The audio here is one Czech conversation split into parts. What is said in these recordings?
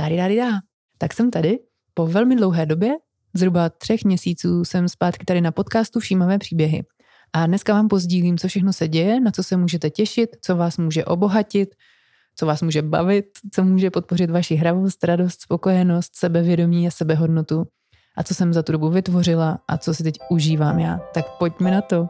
Taridadida. Tak jsem tady po velmi dlouhé době, zhruba 3 měsíců jsem zpátky tady na podcastu Všímavé příběhy. A dneska vám pozdílím, co všechno se děje, na co se můžete těšit, co vás může obohatit, co vás může bavit, co může podpořit vaši hravost, radost, spokojenost, sebevědomí a sebehodnotu. A co jsem za tu dobu vytvořila a co si teď užívám já. Tak pojďme na to.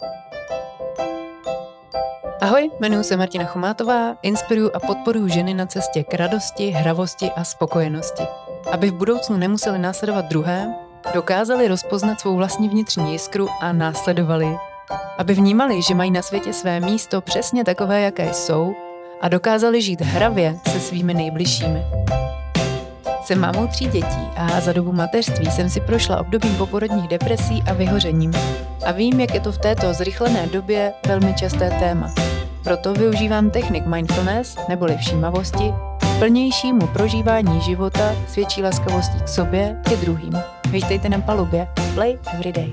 Ahoj, jmenuji se Martina Chomátová, inspiruju a podporuji ženy na cestě k radosti, hravosti a spokojenosti. Aby v budoucnu nemuseli následovat druhé, dokázali rozpoznat svou vlastní vnitřní jiskru a následovali. Aby vnímali, že mají na světě své místo přesně takové, jaké jsou, a dokázali žít hravě se svými nejbližšími. Jsem mámou 3 dětí a za dobu mateřství jsem si prošla obdobím poporodních depresí a vyhořením. A vím, jak je to v této zrychlené době velmi časté téma. Proto využívám technik mindfulness, neboli všímavosti, k plnějšímu prožívání života s větší laskavostí k sobě i druhým. Vítejte na palubě Play Everyday.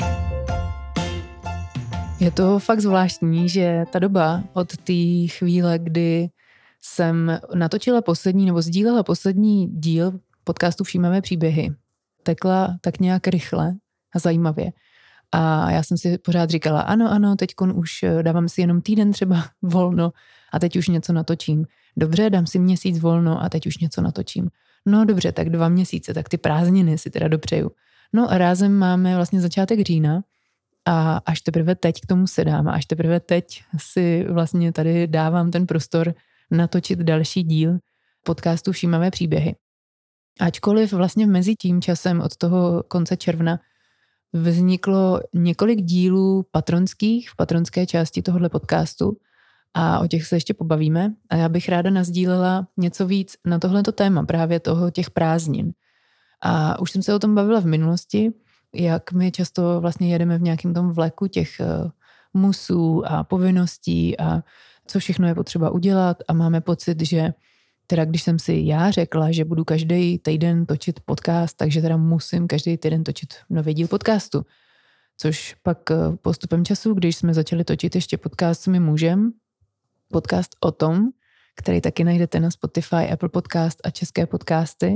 Je to fakt zvláštní, že ta doba od té chvíle, kdy jsem natočila poslední nebo sdílela poslední díl podcastu Všímavé příběhy, tekla tak nějak rychle a zajímavě. A já jsem si pořád říkala, ano, teďkon už dávám si jenom týden třeba volno a teď už něco natočím. Dobře, dám si měsíc volno a teď už něco natočím. No dobře, tak 2 měsíce, tak ty prázdniny si teda dopřeju. No a rázem máme vlastně začátek října a až teprve teď k tomu sedám a až teprve teď si vlastně tady dávám ten prostor natočit další díl podcastu Všímavé příběhy. Ačkoliv vlastně mezi tím časem od toho konce června vzniklo několik dílů patronských v patronské části tohohle podcastu a o těch se ještě pobavíme. A já bych ráda nasdílela něco víc na tohleto téma, právě toho těch prázdnin. A už jsem se o tom bavila v minulosti, jak my často vlastně jedeme v nějakém tom vleku těch musů a povinností a co všechno je potřeba udělat a máme pocit, že teda když jsem si já řekla, že budu každý týden točit podcast, takže teda musím každý týden točit nový díl podcastu. Což pak postupem času, když jsme začali točit ještě podcast s mým mužem, podcast o tom, který taky najdete na Spotify, Apple Podcast a české podcasty,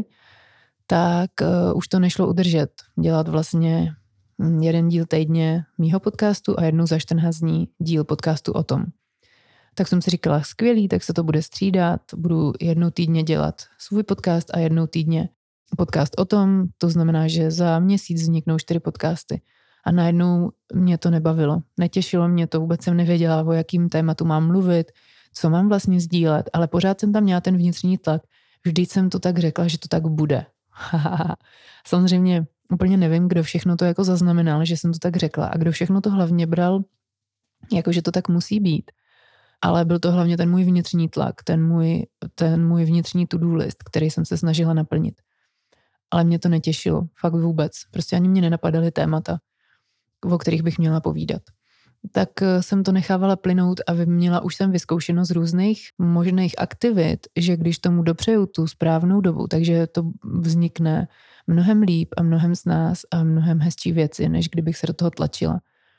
tak už to nešlo udržet. Dělat vlastně 1 díl týdně mýho podcastu a jednou za 14 dní díl podcastu o tom. Tak jsem si říkala, skvělý, tak se to bude střídat, budu 1 týdně dělat svůj podcast a 1 týdně podcast o tom, to znamená, že za měsíc vzniknou 4 podcasty. A najednou mě to nebavilo, netěšilo mě to, vůbec jsem nevěděla, o jakým tématu mám mluvit, co mám vlastně sdílet, ale pořád jsem tam měla ten vnitřní tlak. Vždyť jsem to tak řekla, že to tak bude. Samozřejmě úplně nevím, kdo všechno to jako zaznamenal, že jsem to tak řekla a kdo všechno to hlavně bral, jako že to tak musí být. Ale byl to hlavně ten můj vnitřní tlak, ten můj vnitřní to-do list, který jsem se snažila naplnit. Ale mě to netěšilo, fakt vůbec. Prostě ani mě nenapadaly témata, o kterých bych měla povídat. Tak jsem to nechávala plynout a už jsem vyzkoušeno z různých možných aktivit, že když tomu dopřeju tu správnou dobu, takže to vznikne mnohem líp a mnohem s nás a mnohem hezčí věci, než kdybych se do toho tlačila.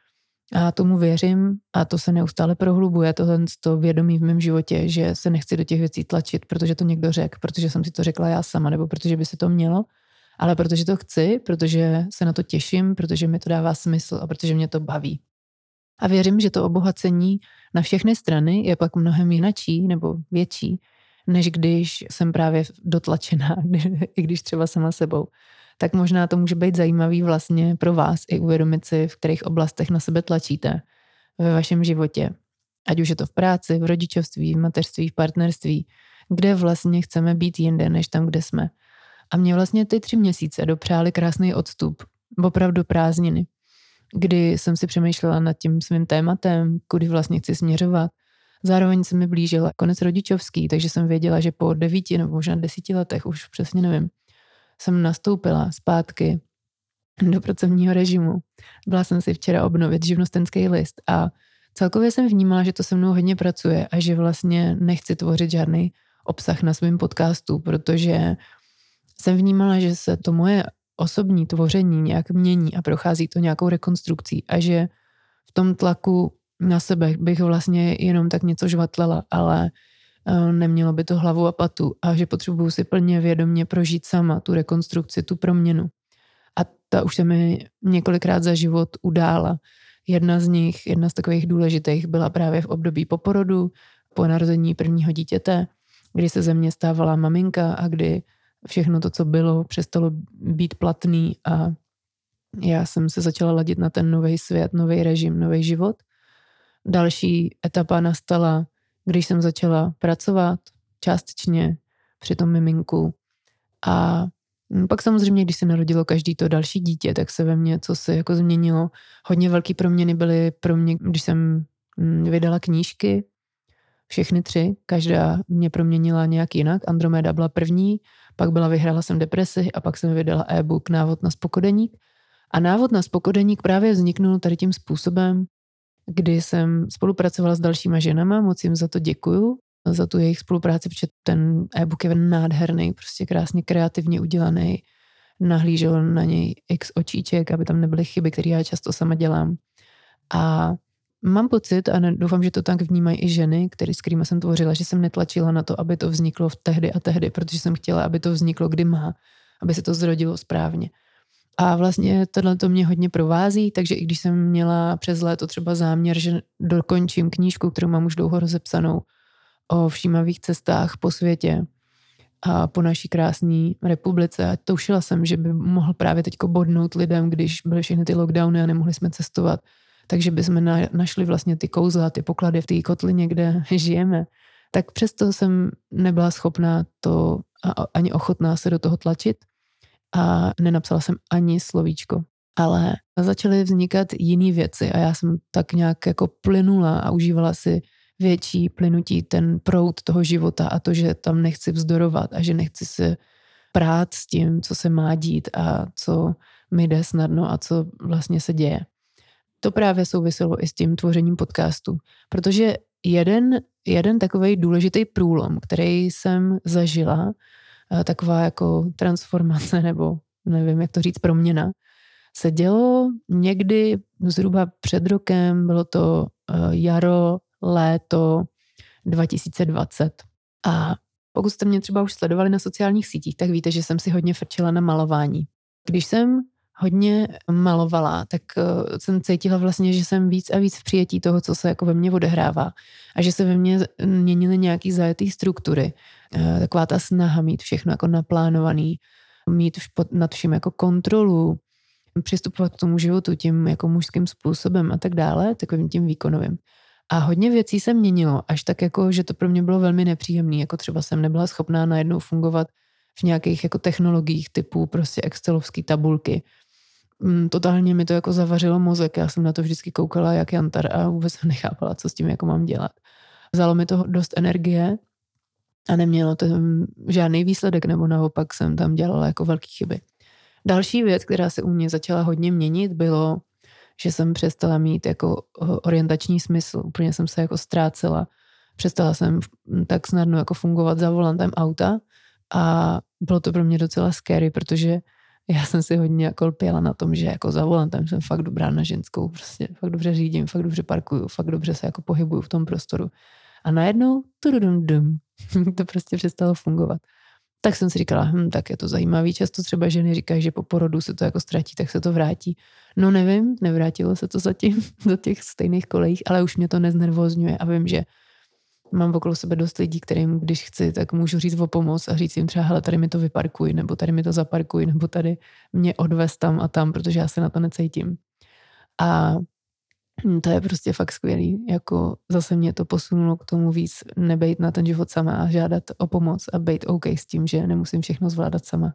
A tomu věřím a to se neustále prohlubuje, to vědomí v mém životě, že se nechci do těch věcí tlačit, protože to někdo řekl, protože jsem si to řekla já sama, nebo protože by se to mělo, ale protože to chci, protože se na to těším, protože mi to dává smysl a protože mě to baví. A věřím, že to obohacení na všechny strany je pak mnohem jinačí nebo větší, než když jsem právě dotlačená, i když třeba sama sebou. Tak možná to může být zajímavý vlastně pro vás i uvědomit si, v kterých oblastech na sebe tlačíte ve vašem životě. Ať už je to v práci, v rodičovství, v mateřství, v partnerství, kde vlastně chceme být jinde, než tam, kde jsme. A mě vlastně ty 3 měsíce dopřály krásný odstup, opravdu prázdniny, kdy jsem si přemýšlela nad tím svým tématem, kudy vlastně chci směřovat. Zároveň se mi blížil konec rodičovský, takže jsem věděla, že po 9 nebo možná 10 letech, už přesně nevím, jsem nastoupila zpátky do pracovního režimu. Byla jsem si včera obnovit živnostenský list a celkově jsem vnímala, že to se mnou hodně pracuje a že vlastně nechci tvořit žádný obsah na svém podcastu, protože jsem vnímala, že se to moje osobní tvoření nějak mění a prochází to nějakou rekonstrukcí a že v tom tlaku na sebe bych vlastně jenom tak něco žvatlela, ale nemělo by to hlavu a patu a že potřebuju si plně vědomě prožít sama tu rekonstrukci, tu proměnu. A ta už se mi několikrát za život udála. Jedna z takových důležitých byla právě v období po porodu, po narození prvního dítěte, kdy se ze mě stávala maminka a kdy všechno to, co bylo, přestalo být platný a já jsem se začala ladit na ten nový svět, nový režim, nový život. Další etapa nastala, když jsem začala pracovat částečně při tom miminku. A pak samozřejmě, když se narodilo každý to další dítě, tak se ve mně co se jako změnilo. Hodně velké proměny byly pro mě, když jsem vydala knížky, všechny 3, každá mě proměnila nějak jinak. Andromeda byla první, pak vyhrála jsem depresi a pak jsem vydala e-book Návod na spokodeník. A návod na spokodeník právě vzniknul tady tím způsobem, kdy jsem spolupracovala s dalšíma ženama, moc jim za to děkuju, za tu jejich spolupráci, protože ten e-book je nádherný, prostě krásně kreativně udělaný, nahlížel na něj x očíček, aby tam nebyly chyby, které já často sama dělám. A mám pocit, a doufám, že to tak vnímají i ženy, s kterými jsem tvořila, že jsem netlačila na to, aby to vzniklo v tehdy a tehdy, protože jsem chtěla, aby to vzniklo kdy má, aby se to zrodilo správně. A vlastně tohle to mě hodně provází, takže i když jsem měla přes léto třeba záměr, že dokončím knížku, kterou mám už dlouho rozepsanou, o všímavých cestách po světě a po naší krásné republice. A toušila jsem, že by mohl právě teďko bodnout lidem, když byly všechny ty lockdowny a nemohli jsme cestovat. Takže bychom našli vlastně ty kouzla, ty poklady v té kotlině, kde žijeme. Tak přesto jsem nebyla schopná to ani ochotná se do toho tlačit a nenapsala jsem ani slovíčko. Ale začaly vznikat jiné věci a já jsem tak nějak jako plynula a užívala si větší plynutí, ten proud toho života a to, že tam nechci vzdorovat a že nechci se prát s tím, co se má dít a co mi jde snadno a co vlastně se děje. To právě souviselo i s tím tvořením podcastu, protože jeden takovej důležitý průlom, který jsem zažila, taková jako transformace nebo nevím, jak to říct, proměna, se dělo někdy zhruba před rokem, bylo to jaro, léto 2020. A pokud jste mě třeba už sledovali na sociálních sítích, tak víte, že jsem si hodně frčila na malování. Když jsem hodně malovala, tak jsem cítila vlastně, že jsem víc a víc v přijetí toho, co se jako ve mně odehrává. A že se ve mně měnily nějaký zajetý struktury. Taková ta snaha mít všechno jako naplánovaný, mít nad vším jako kontrolu, přistupovat k tomu životu tím jako mužským způsobem a tak dále, takovým tím výkonovým. A hodně věcí se měnilo, až tak jako, že to pro mě bylo velmi nepříjemné, jako třeba jsem nebyla schopná najednou fungovat v nějakých jako technologiích typu prostě excelovský tabulky. Totálně mi to jako zavařilo mozek, já jsem na to vždycky koukala jak jantar a vůbec jsem nechápala, co s tím jako mám dělat. Vzalo mi to dost energie a nemělo to žádný výsledek, nebo naopak jsem tam dělala jako velký chyby. Další věc, která se u mě začala hodně měnit, bylo, že jsem přestala mít jako orientační smysl. Úplně jsem se jako ztrácela. Přestala jsem tak snadno jako fungovat za volantem auta a bylo to pro mě docela scary, protože já jsem si hodně jako lpěla na tom, že jako za volantem jsem fakt dobrá na ženskou, prostě fakt dobře řídím, fakt dobře parkuju, fakt dobře se jako pohybuju v tom prostoru. A najednou to prostě přestalo fungovat. Tak jsem si říkala, tak je to zajímavý. Často třeba ženy říkají, že po porodu se to jako ztratí, tak se to vrátí. No nevím, nevrátilo se to zatím do těch stejných kolejích, ale už mě to neznervózňuje a vím, že mám okolo sebe dost lidí, kterým když chci, tak můžu říct o pomoc a říct jim třeba, hele, tady mi to vyparkuj, nebo tady mi to zaparkuj, nebo tady mě odvez tam a tam, protože já se na to necítím. A to je prostě fakt skvělý. Jako zase mě to posunulo k tomu víc nebejt na ten život sama a žádat o pomoc a být OK s tím, že nemusím všechno zvládat sama.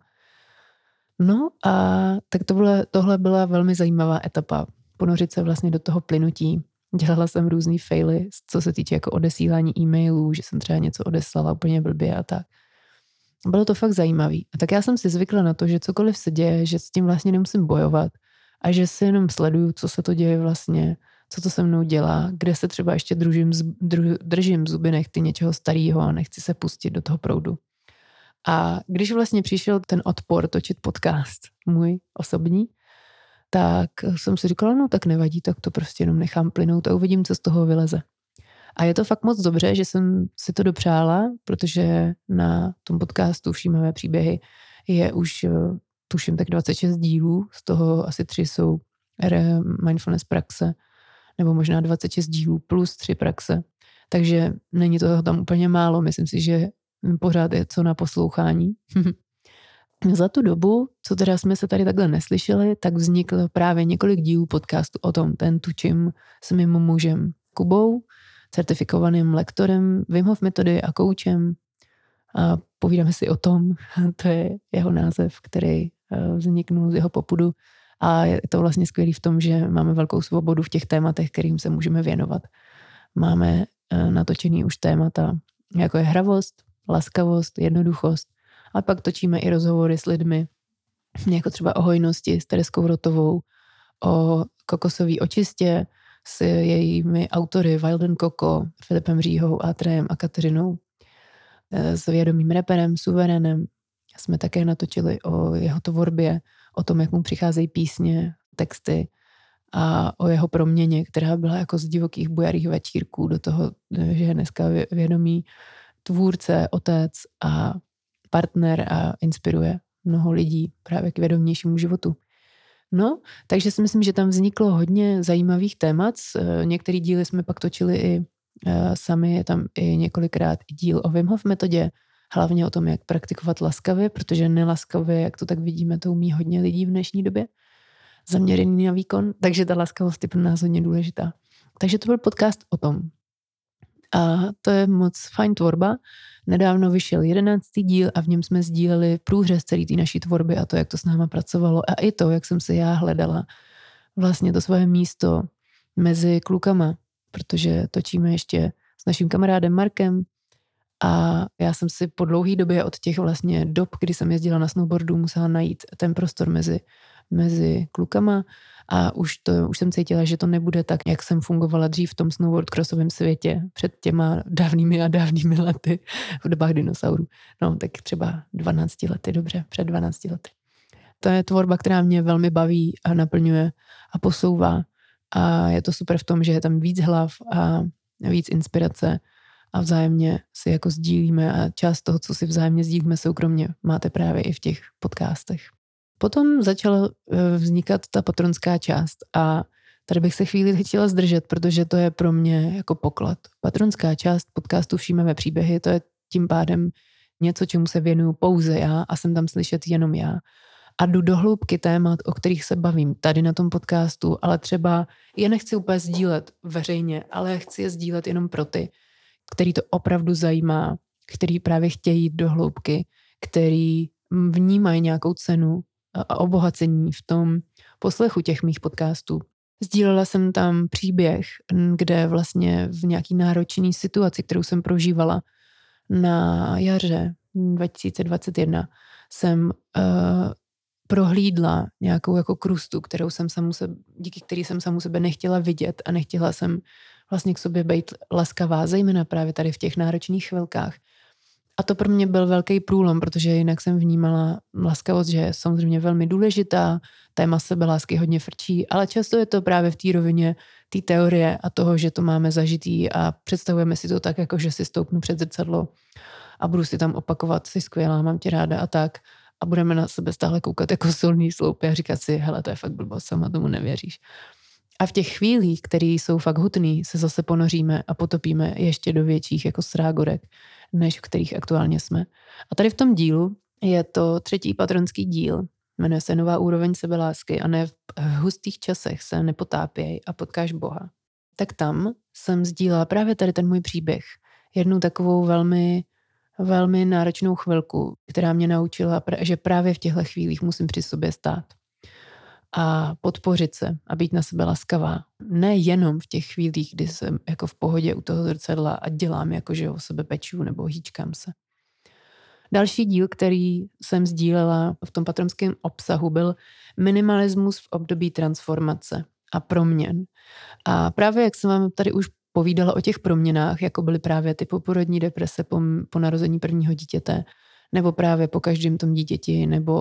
No a tak tohle byla velmi zajímavá etapa. Ponořit se vlastně do toho plynutí. Dělala jsem různý faily, co se týče jako odesílání e-mailů, že jsem třeba něco odeslala úplně blbě a tak. Bylo to fakt zajímavý. A tak já jsem si zvykla na to, že cokoliv se děje, že s tím vlastně nemusím bojovat a že si jenom sleduju, co se to děje vlastně, co to se mnou dělá, kde se třeba ještě držím zuby nechty něčeho starého a nechci se pustit do toho proudu. A když vlastně přišel ten odpor točit podcast, můj osobní, tak jsem si říkala, no tak nevadí, tak to prostě jenom nechám plynout a uvidím, co z toho vyleze. A je to fakt moc dobře, že jsem si to dopřála, protože na tom podcastu Všímavé příběhy je už tuším tak 26 dílů, z toho asi 3 jsou mindfulness praxe, nebo možná 26 dílů plus 3 praxe. Takže není toho tam úplně málo, myslím si, že pořád je co na poslouchání. Za tu dobu, co teda jsme se tady takhle neslyšeli, tak vzniklo právě několik dílů podcastu o tom, ten tučím s mým mužem Kubou, certifikovaným lektorem Wim Hof metody a koučem. A povídáme si o tom, to je jeho název, který vzniknul z jeho popudu. A je to vlastně skvělý v tom, že máme velkou svobodu v těch tématech, kterým se můžeme věnovat. Máme natočený už témata, jako je hravost, laskavost, jednoduchost. A pak točíme i rozhovory s lidmi, jako třeba o hojnosti s Tereskou Rotovou, o kokosové očistě s jejími autory Wilden Coco, Filipem Říhou, Átrejem a Kateřinou, s vědomým reperem, Suverénem. Jsme také natočili o jeho tvorbě, o tom, jak mu přicházejí písně, texty a o jeho proměně, která byla jako z divokých bujarých večírků do toho, že je dneska vědomý tvůrce, otec a partner a inspiruje mnoho lidí právě k vědomějšímu životu. No, takže si myslím, že tam vzniklo hodně zajímavých témat. Některé díly jsme pak točili i sami, je tam i několikrát díl o Wim Hof metodě, hlavně o tom, jak praktikovat laskavě, protože nelaskavě, jak to tak vidíme, to umí hodně lidí v dnešní době, zaměřený na výkon, takže ta laskavost je pro nás hodně důležitá. Takže to byl podcast o tom. A to je moc fajn tvorba. Nedávno vyšel 11. díl a v něm jsme sdíleli průřez celé té naší tvorby a to, jak to s náma pracovalo a i to, jak jsem si já hledala vlastně to svoje místo mezi klukama, protože točíme ještě s naším kamarádem Markem a já jsem si po dlouhé době od těch vlastně dob, kdy jsem jezdila na snowboardu, musela najít ten prostor mezi klukama a už jsem cítila, že to nebude tak, jak jsem fungovala dřív v tom snowboard crossovém světě před těma dávnými lety v dobách dinosaurů. No, tak třeba 12 lety, dobře, před 12 lety. To je tvorba, která mě velmi baví a naplňuje a posouvá a je to super v tom, že je tam víc hlav a víc inspirace a vzájemně si jako sdílíme a část toho, co si vzájemně sdílíme soukromně, máte právě i v těch podcastech. Potom začala vznikat ta patronská část a tady bych se chvíli chtěla zdržet, protože to je pro mě jako poklad. Patronská část podcastu Všímavé příběhy, to je tím pádem něco, čemu se věnuju pouze já a jsem tam slyšet jenom já. A jdu do hloubky témat, o kterých se bavím tady na tom podcastu, ale třeba je nechci úplně sdílet veřejně, ale chci je sdílet jenom pro ty, který to opravdu zajímá, který právě chtějí jít do hloubky, který vnímají nějakou cenu a obohacení v tom poslechu těch mých podcastů. Sdílela jsem tam příběh, kde vlastně v nějaký náročný situaci, kterou jsem prožívala na jaře 2021, jsem prohlídla nějakou jako krustu, díky který jsem samu sebe nechtěla vidět a nechtěla jsem vlastně k sobě být laskavá, zejména právě tady v těch náročných chvilkách. A to pro mě byl velký průlom, protože jinak jsem vnímala laskavost, že je samozřejmě velmi důležitá, téma sebelásky hodně frčí, ale často je to právě v té rovině té teorie a toho, že to máme zažitý a představujeme si to tak, jako že si stoupnu před zrcadlo a budu si tam opakovat, jsi skvělá, mám tě ráda a tak. A budeme na sebe stále koukat jako solný sloupy a říkat si, hele, to je fakt blbost, sama tomu nevěříš. A v těch chvílích, které jsou fakt hutný, se zase ponoříme a potopíme ještě do větších jako srágorek, než v kterých aktuálně jsme. A tady v tom dílu je to 3. patronský díl, jmenuje se Nová úroveň sebelásky a ne v hustých časech se nepotápěj a potkáš Boha. Tak tam jsem sdílela právě tady ten můj příběh. Jednu takovou velmi, velmi náročnou chvilku, která mě naučila, že právě v těchto chvílích musím při sobě stát a podpořit se a být na sebe laskavá. Ne jenom v těch chvílích, kdy jsem jako v pohodě u toho zrcadla a dělám jako, že o sebe peču nebo hýčkám se. Další díl, který jsem sdílela v tom patronském obsahu, byl minimalismus v období transformace a proměn. A právě jak jsem vám tady už povídala o těch proměnách, jako byly právě ty poporodní deprese po narození prvního dítěte, nebo právě po každém tom dítěti, nebo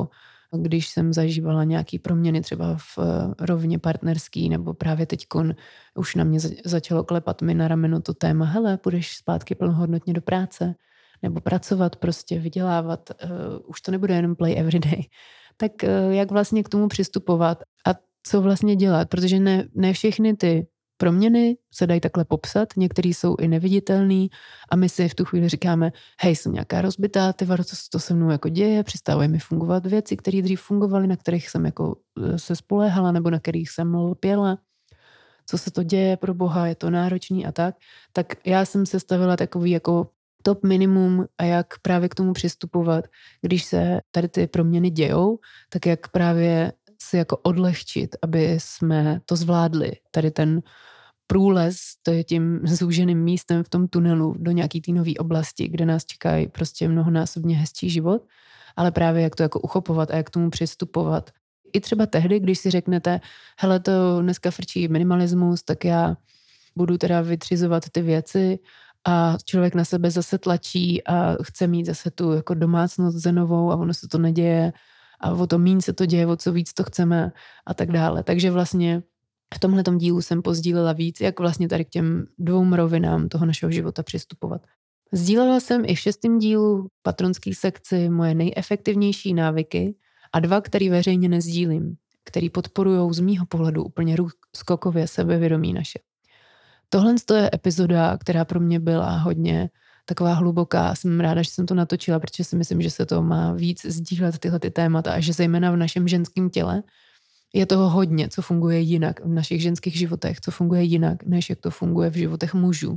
když jsem zažívala nějaký proměny třeba v rovině partnerský, nebo právě teďkon už na mě začalo klepat mi na rameno to téma, hele, půjdeš zpátky plnohodnotně do práce, nebo pracovat prostě, vydělávat, už to nebude jenom play everyday. Tak jak vlastně k tomu přistupovat a co vlastně dělat, protože ne všechny ty proměny se dají takhle popsat, některý jsou i neviditelný a my si v tu chvíli říkáme, hej, jsem nějaká rozbitá, ty vado, co to se mnou jako děje, přestávají mi fungovat věci, které dřív fungovaly, na kterých jsem jako se spoléhala nebo na kterých jsem lpěla, co se to děje pro Boha, je to náročný a tak. Tak já jsem se stavila takový jako top minimum a jak právě k tomu přistupovat, když se tady ty proměny dějou, tak jak právě si jako odlehčit, aby jsme to zvládli. Tady ten průlez, to je tím zúženým místem v tom tunelu do nějaký té nové oblasti, kde nás čekají prostě mnohonásobně hezčí život, ale právě jak to jako uchopovat a jak k tomu přistupovat. I třeba tehdy, když si řeknete, hele, to dneska frčí minimalismus, tak já budu teda vytřizovat ty věci a člověk na sebe zase tlačí a chce mít zase tu jako domácnost zenovou a ono se to neděje a o to míň se to děje, o co víc to chceme a tak dále. Takže vlastně v tomhletom dílu jsem pozdílela víc, jak vlastně tady k těm 2 rovinám toho našeho života přistupovat. Sdílela jsem i v 6. dílu patronské sekci moje nejefektivnější návyky a 2, který veřejně nezdílím, který podporujou z mýho pohledu úplně skokově sebevědomí naše. Tohle je epizoda, která pro mě byla hodně taková hluboká. Jsem ráda, že jsem to natočila, protože si myslím, že se to má víc sdílet tyhle ty témata a že zejména v našem ženském těle je toho hodně, co funguje jinak v našich ženských životech, co funguje jinak, než jak to funguje v životech mužů.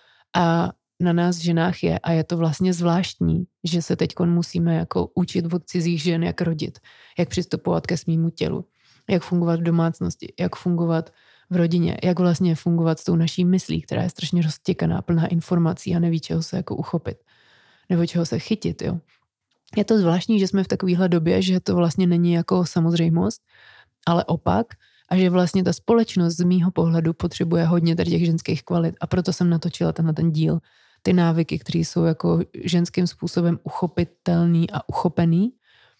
A na nás ženách je, a je to vlastně zvláštní, že se teďkon musíme jako učit od cizích žen, jak rodit, jak přistupovat ke svému tělu, jak fungovat v domácnosti, jak fungovat v rodině, jak vlastně fungovat s tou naší myslí, která je strašně roztěkaná, plná informací a neví, čeho se jako uchopit, nebo čeho se chytit, jo. Je to zvláštní, že jsme v takovéhle době, že to vlastně není jako samozřejmost, ale opak, a že vlastně ta společnost z mýho pohledu potřebuje hodně tady těch ženských kvalit a proto jsem natočila ten díl. Ty návyky, které jsou jako ženským způsobem uchopitelný a uchopený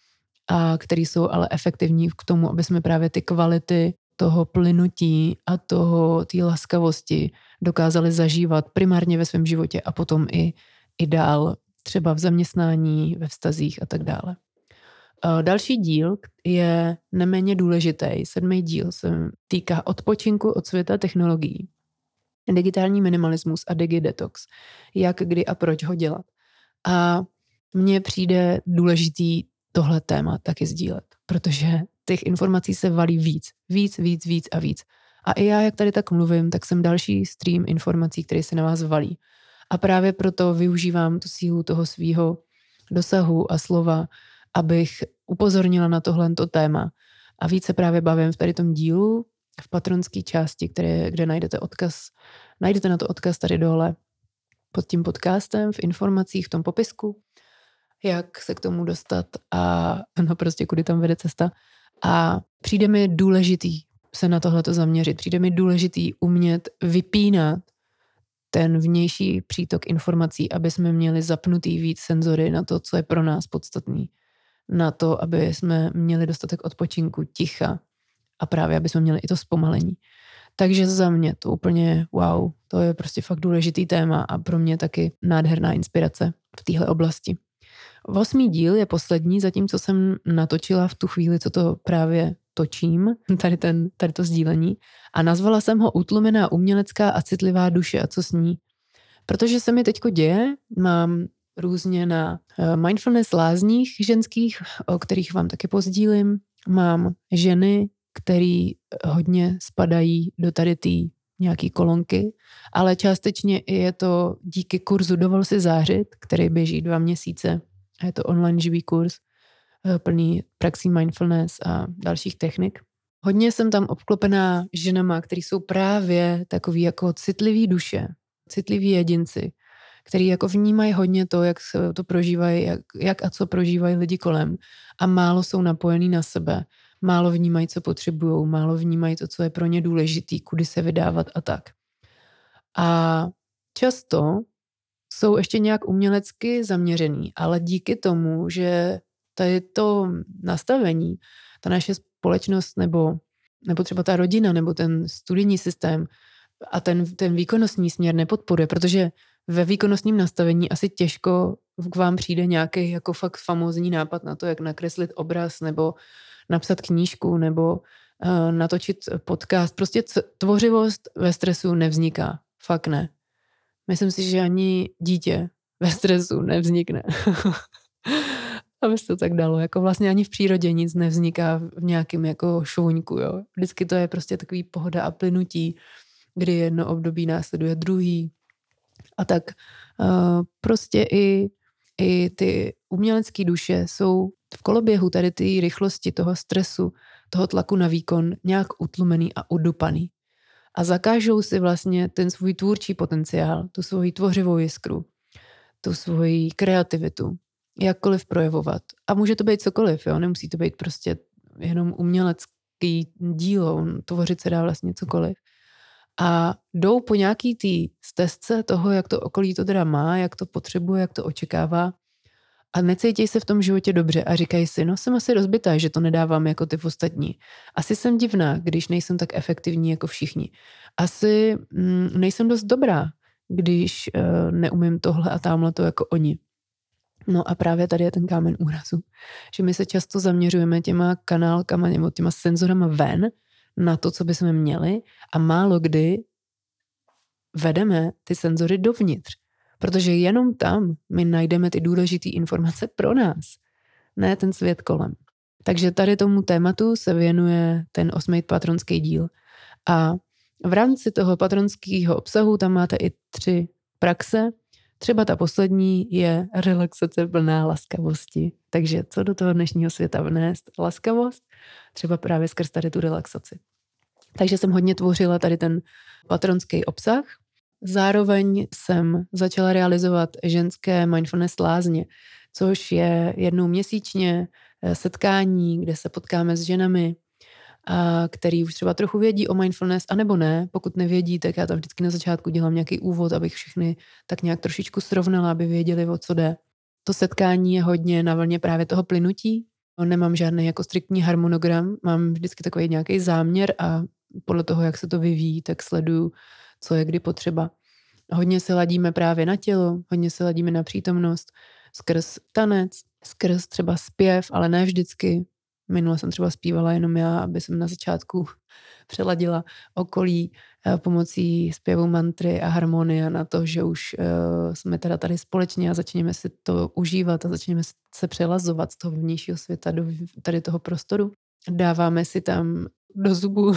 a které jsou ale efektivní k tomu, aby jsme právě ty kvality toho plynutí a té laskavosti dokázali zažívat primárně ve svém životě a potom i dál, třeba v zaměstnání, ve vztazích a tak dále. Další díl je neméně důležitý. 7. díl se týká odpočinku od světa technologií. Digitální minimalismus a digidetox. Jak, kdy a proč ho dělat. A mně přijde důležitý tohle téma taky sdílet, protože těch informací se valí víc a víc. A i já, jak tady tak mluvím, tak jsem další stream informací, který se na vás valí. A právě proto využívám tu sílu toho svýho dosahu a slova, abych upozornila na tohleto téma. A víc se právě bavím v tady tom dílu, v patronské části, kde najdete na to odkaz tady dole pod tím podcastem, v informacích, v tom popisku, jak se k tomu dostat a no prostě kudy tam vede cesta. A přijde mi důležitý se na tohleto zaměřit. Přijde mi důležitý umět vypínat ten vnější přítok informací, aby jsme měli zapnutý víc senzory na to, co je pro nás podstatný. Na to, aby jsme měli dostatek odpočinku, ticha a právě, aby jsme měli i to zpomalení. Takže za mě to úplně wow, to je prostě fakt důležitý téma a pro mě taky nádherná inspirace v téhle oblasti. 8. díl je poslední, zatímco jsem natočila v tu chvíli, co to právě točím, tady to sdílení, a nazvala jsem ho Utlumená umělecká a citlivá duše a co s ní. Protože se mi teďko děje, mám různě na mindfulness lázních ženských, o kterých vám taky pozdílím. Mám ženy, které hodně spadají do tady té nějaký kolonky, ale částečně je to díky kurzu Dovol si zářit, který běží 2 měsíce. A je to online živý kurz, plný praxí mindfulness a dalších technik. Hodně jsem tam obklopená ženama, který jsou právě takový jako citlivý duše, citliví jedinci, který jako vnímají hodně to, jak se to prožívají, jak a co prožívají lidi kolem a málo jsou napojený na sebe, málo vnímají, co potřebujou, málo vnímají to, co je pro ně důležitý, kudy se vydávat a tak. A často jsou ještě nějak umělecky zaměřený, ale díky tomu, že Tady to nastavení, ta naše společnost nebo třeba ta rodina nebo ten studijní systém a ten výkonnostní směr nepodporuje, protože ve výkonnostním nastavení asi těžko k vám přijde nějaký jako fakt famózní nápad na to, jak nakreslit obraz nebo napsat knížku nebo natočit podcast. Prostě tvořivost ve stresu nevzniká. Fakt ne. Myslím si, že ani dítě ve stresu nevznikne. Aby se to tak dalo. Jako vlastně ani v přírodě nic nevzniká v nějakém jako švůňku. Jo? Vždycky to je prostě takový pohoda a plynutí, kdy jedno období následuje druhý. A tak prostě i ty umělecké duše jsou v koloběhu tady ty rychlosti toho stresu, toho tlaku na výkon nějak utlumený a udupaný. A zakážou si vlastně ten svůj tvůrčí potenciál, tu svoji tvořivou jiskru, tu svoji kreativitu, jakkoliv projevovat. A může to být cokoliv, jo? Nemusí to být prostě jenom umělecký dílo, tvořit se dá vlastně cokoliv. A jdou po nějaký té stezce toho, jak to okolí to teda má, jak to potřebuje, jak to očekává a necítí se v tom životě dobře a říkají si, no jsem asi rozbitá, že to nedávám jako ty ostatní. Asi jsem divná, když nejsem tak efektivní jako všichni. Asi nejsem dost dobrá, když neumím tohle a tamhle to jako oni. No a právě tady je ten kámen úrazu, že my se často zaměřujeme těma kanálkama nebo těma senzorama ven na to, co bychom měli a málo kdy vedeme ty senzory dovnitř, protože jenom tam my najdeme ty důležité informace pro nás, ne ten svět kolem. Takže tady tomu tématu se věnuje ten 8. patronský díl. A v rámci toho patronského obsahu tam máte i 3 praxe. Třeba ta poslední je relaxace plná laskavosti. Takže co do toho dnešního světa vnést? Laskavost, třeba právě skrz tady tu relaxaci. Takže jsem hodně tvořila tady ten patronský obsah. Zároveň jsem začala realizovat ženské mindfulness lázně, což je jednou měsíčně setkání, kde se potkáme s ženami, který už třeba trochu vědí o mindfulness, anebo ne. Pokud nevědí, tak já tam vždycky na začátku dělám nějaký úvod, abych všechny tak nějak trošičku srovnala, aby věděli, o co jde. To setkání je hodně na vlně právě toho plynutí. Nemám žádný jako striktní harmonogram, mám vždycky takový nějaký záměr a podle toho, jak se to vyvíjí, tak sleduju, co je kdy potřeba. Hodně se ladíme právě na tělo, hodně se ladíme na přítomnost, skrz tanec, skrz třeba zpěv, ale ne vždycky. Minule jsem třeba zpívala jenom já, aby jsem na začátku přeladila okolí pomocí zpěvu mantry a harmonie na to, že už jsme teda tady společně a začneme si to užívat a začneme se přelazovat z toho vnějšího světa do tady toho prostoru. Dáváme si tam do zubu,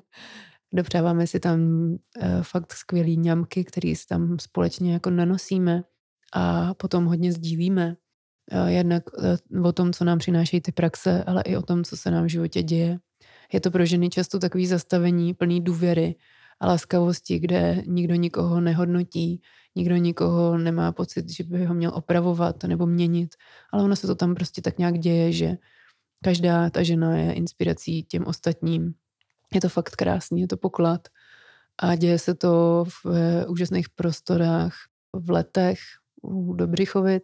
dopřáváme si tam fakt skvělý ňamky, který si tam společně jako nanosíme a potom hodně sdílíme. Jednak o tom, co nám přinášejí ty praxe, ale i o tom, co se nám v životě děje. Je to pro ženy často takový zastavení plný důvěry a laskavosti, kde nikdo nikoho nehodnotí, nikdo nikoho nemá pocit, že by ho měl opravovat nebo měnit, ale ono se to tam prostě tak nějak děje, že každá ta žena je inspirací těm ostatním. Je to fakt krásný, je to poklad a děje se to v úžasných prostorách v Letech u Dobřichovic,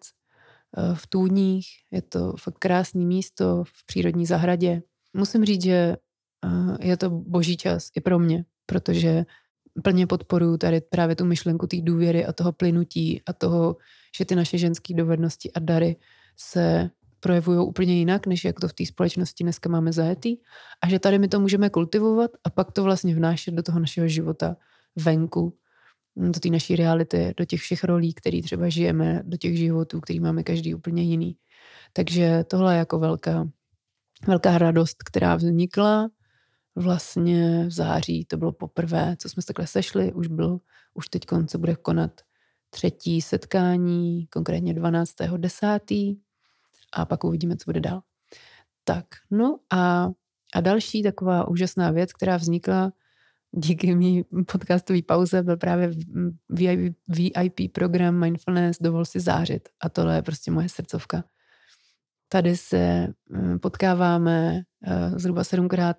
v Tůních. Je to fakt krásné místo v přírodní zahradě. Musím říct, že je to boží čas i pro mě, protože plně podporuji tady právě tu myšlenku té důvěry a toho plynutí a toho, že ty naše ženské dovednosti a dary se projevují úplně jinak, než jak to v té společnosti dneska máme zajetý a že tady my to můžeme kultivovat a pak to vlastně vnášet do toho našeho života venku, do té naší reality, do těch všech rolí, které třeba žijeme, do těch životů, který máme každý úplně jiný. Takže tohle je jako velká radost, která vznikla vlastně v září. To bylo poprvé, co jsme se takhle sešli. Už teď se bude konat 3. setkání, konkrétně 12.10. A pak uvidíme, co bude dál. Tak, no a další taková úžasná věc, která vznikla díky mý podcastové pauze, byl právě VIP program Mindfulness Dovol si zářit. A tohle je prostě moje srdcovka. Tady se potkáváme zhruba 7krát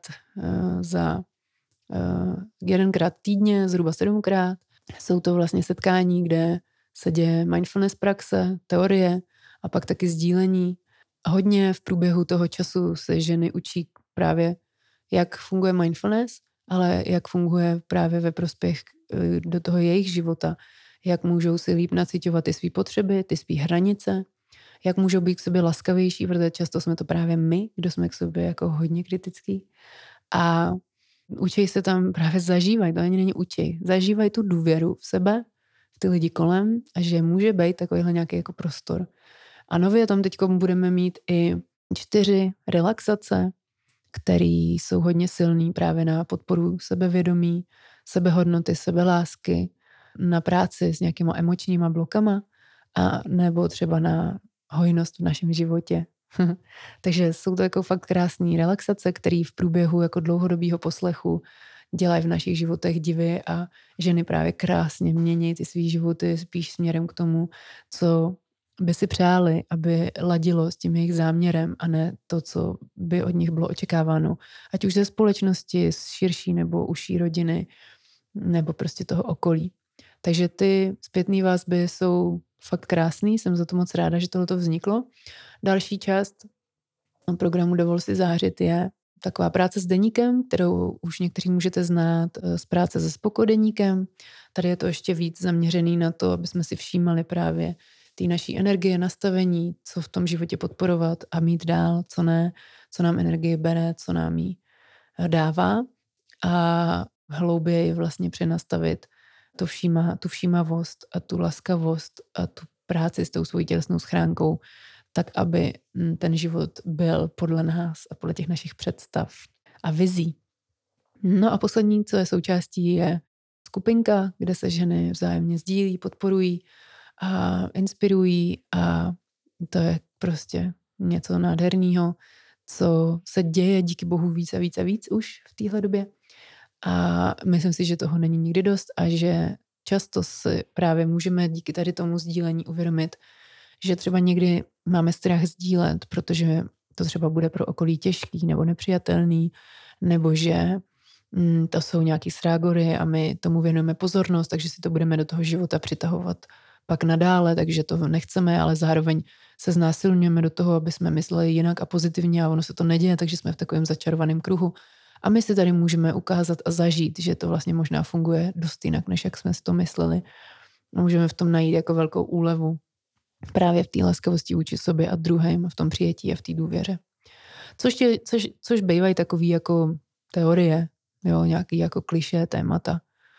jedenkrát týdně, zhruba 7krát. Jsou to vlastně setkání, kde se děje mindfulness praxe, teorie a pak taky sdílení. hodně v průběhu toho času se ženy učí právě, jak funguje mindfulness, ale jak funguje právě ve prospěch do toho jejich života, jak můžou si líp naciťovat ty své potřeby, ty své hranice, jak můžou být k sobě laskavější, protože často jsme to právě my, kdo jsme k sobě jako hodně kritický. A učí se tam právě zažívají, to ani není učí, zažívají tu důvěru v sebe, v ty lidi kolem a že může být takovýhle nějaký jako prostor. A nově tam teď budeme mít i 4 relaxace, které jsou hodně silný právě na podporu sebevědomí, sebehodnoty, sebelásky, na práci s nějakýma emočníma blokama a nebo třeba na hojnost v našem životě. Takže jsou to jako fakt krásné relaxace, které v průběhu jako dlouhodobého poslechu dělají v našich životech divy a ženy právě krásně mění ty svý životy spíš směrem k tomu, co by si přáli, aby ladilo s tím jejich záměrem a ne to, co by od nich bylo očekáváno. Ať už ze společnosti, z širší nebo užší rodiny, nebo prostě toho okolí. Takže ty zpětné vazby jsou fakt krásný, jsem za to moc ráda, že tohleto vzniklo. Další část programu Dovol si zářit je taková práce s deníkem, kterou už někteří můžete znát z práce se spokodeníkem. Tady je to ještě víc zaměřený na to, aby jsme si všímali právě té naší energie, nastavení, co v tom životě podporovat a mít dál, co ne, co nám energie bere, co nám jí dává a hlouběji vlastně přenastavit tu všímavost a tu laskavost a tu práci s tou svojí tělesnou schránkou, tak aby ten život byl podle nás a podle těch našich představ a vizí. No a poslední, co je součástí, je skupinka, kde se ženy vzájemně sdílí, podporují a inspirují a to je prostě něco nádherného, co se děje díky bohu víc a víc a víc už v téhle době. A myslím si, že toho není nikdy dost a že často si právě můžeme díky tady tomu sdílení uvědomit, že třeba někdy máme strach sdílet, protože to třeba bude pro okolí těžký nebo nepřijatelný, nebo že to jsou nějaký srágory a my tomu věnujeme pozornost, takže si to budeme do toho života přitahovat pak nadále, takže to nechceme, ale zároveň se znásilňujeme do toho, aby jsme mysleli jinak a pozitivně a ono se to neděje, takže jsme v takovém začarovaném kruhu. A my si tady můžeme ukázat a zažít, že to vlastně možná funguje dost jinak, než jak jsme si to mysleli. A můžeme v tom najít jako velkou úlevu právě v té laskavosti vůči sobě a druhým, v tom přijetí a v té důvěře. Což bývají takový jako teorie, jo, nějaký jako klišé témata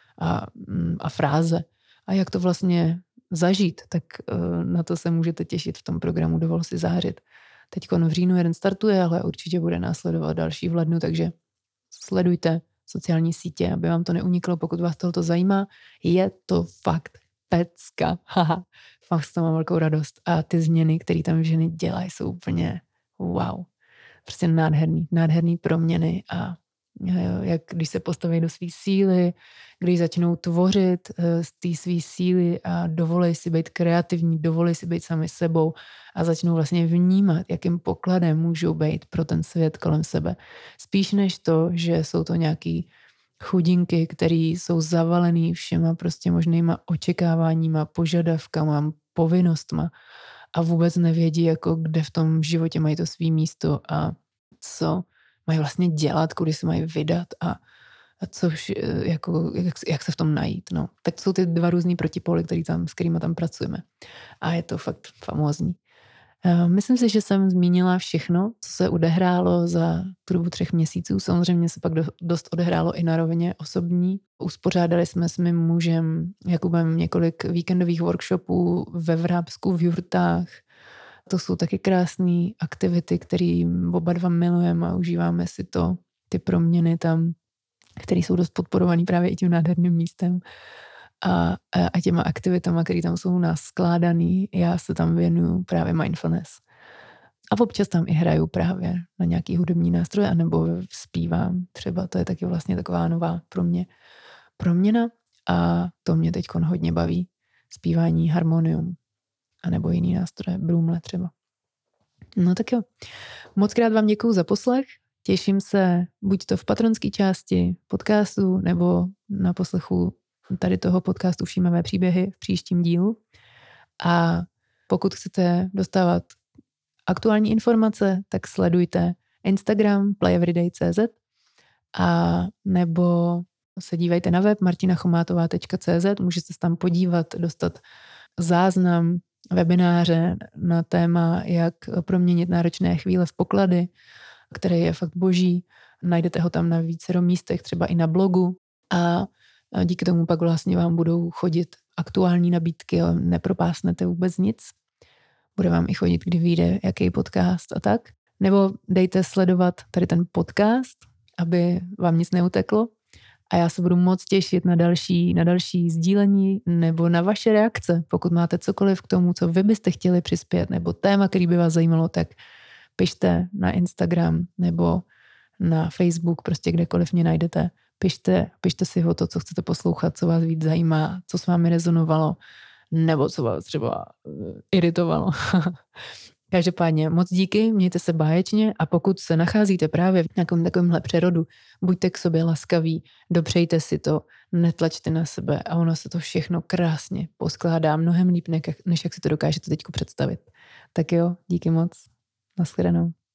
a fráze. A jak to vlastně zažít, tak na to se můžete těšit v tom programu Dovol si zářit. Teďko v říjnu jeden startuje, ale určitě bude následovat další v lednu, takže sledujte sociální sítě, aby vám to neuniklo, pokud vás tohoto zajímá. Je to fakt pecka. Haha, fakt s toho mám velkou radost. A ty změny, které tam ženy dělají, jsou úplně wow. Prostě nádherný proměny a jak když se postaví do své síly, když začnou tvořit z té své síly a dovolí si být kreativní, dovolí si být sami sebou a začnou vlastně vnímat, jakým pokladem můžou být pro ten svět kolem sebe. Spíš než to, že jsou to nějaký chudinky, které jsou zavalený všema prostě možnýma očekáváníma, požadavkama, povinnostma a vůbec nevědí, jako kde v tom životě mají to svý místo a co mají vlastně dělat, kudy se mají vydat a jako, jak se v tom najít. No. Tak jsou ty 2 různý protipóly, s kterými tam pracujeme. A je to fakt famózní. Myslím si, že jsem zmínila všechno, co se odehrálo za tu dobu 3 měsíců. Samozřejmě se pak dost odehrálo i na rovině osobní. Uspořádali jsme s mým mužem Jakubem několik víkendových workshopů ve Vrábsku v Jurtách. To jsou taky krásné aktivity, které oba dva milujeme a užíváme si to, ty proměny tam, které jsou dost podporované právě i tím nádherným místem a těma aktivitama, které tam jsou u nás skládaný. Já se tam věnuju právě mindfulness. A občas tam i hraju právě na nějaký hudební nástroje, anebo zpívám třeba. To je taky vlastně taková nová pro mě proměna a to mě teď hodně baví. Zpívání harmonium a nebo jiný nástroje, brumle třeba. No tak jo. Moc krát vám děkuju za poslech. Těším se buď to v patronské části podcastu nebo na poslechu tady toho podcastu Všímavé příběhy v příštím dílu. A pokud chcete dostávat aktuální informace, tak sledujte Instagram playeveryday.cz a nebo se dívejte na web martinachomátová.cz, můžete se tam podívat, dostat záznam webináře na téma, jak proměnit náročné chvíle v poklady, který je fakt boží. Najdete ho tam na vícero místech, třeba i na blogu a díky tomu pak vlastně vám budou chodit aktuální nabídky a nepropásnete vůbec nic. Bude vám i chodit, kdy vyjde jaký podcast a tak. Nebo dejte sledovat tady ten podcast, aby vám nic neuteklo. A já se budu moc těšit na další sdílení nebo na vaše reakce. Pokud máte cokoliv k tomu, co vy byste chtěli přispět, nebo téma, který by vás zajímalo, tak pište na Instagram nebo na Facebook, prostě kdekoliv mě najdete. Pište si o to, co chcete poslouchat, co vás víc zajímá, co s vámi rezonovalo, nebo co vás třeba iritovalo. Každopádně moc díky, mějte se báječně a pokud se nacházíte právě v nějakém takovémhle přerodu, buďte k sobě laskaví, dopřejte si to, netlačte na sebe a ono se to všechno krásně poskládá mnohem líp, než jak si to dokážete teď představit. Tak jo, díky moc, nashledanou.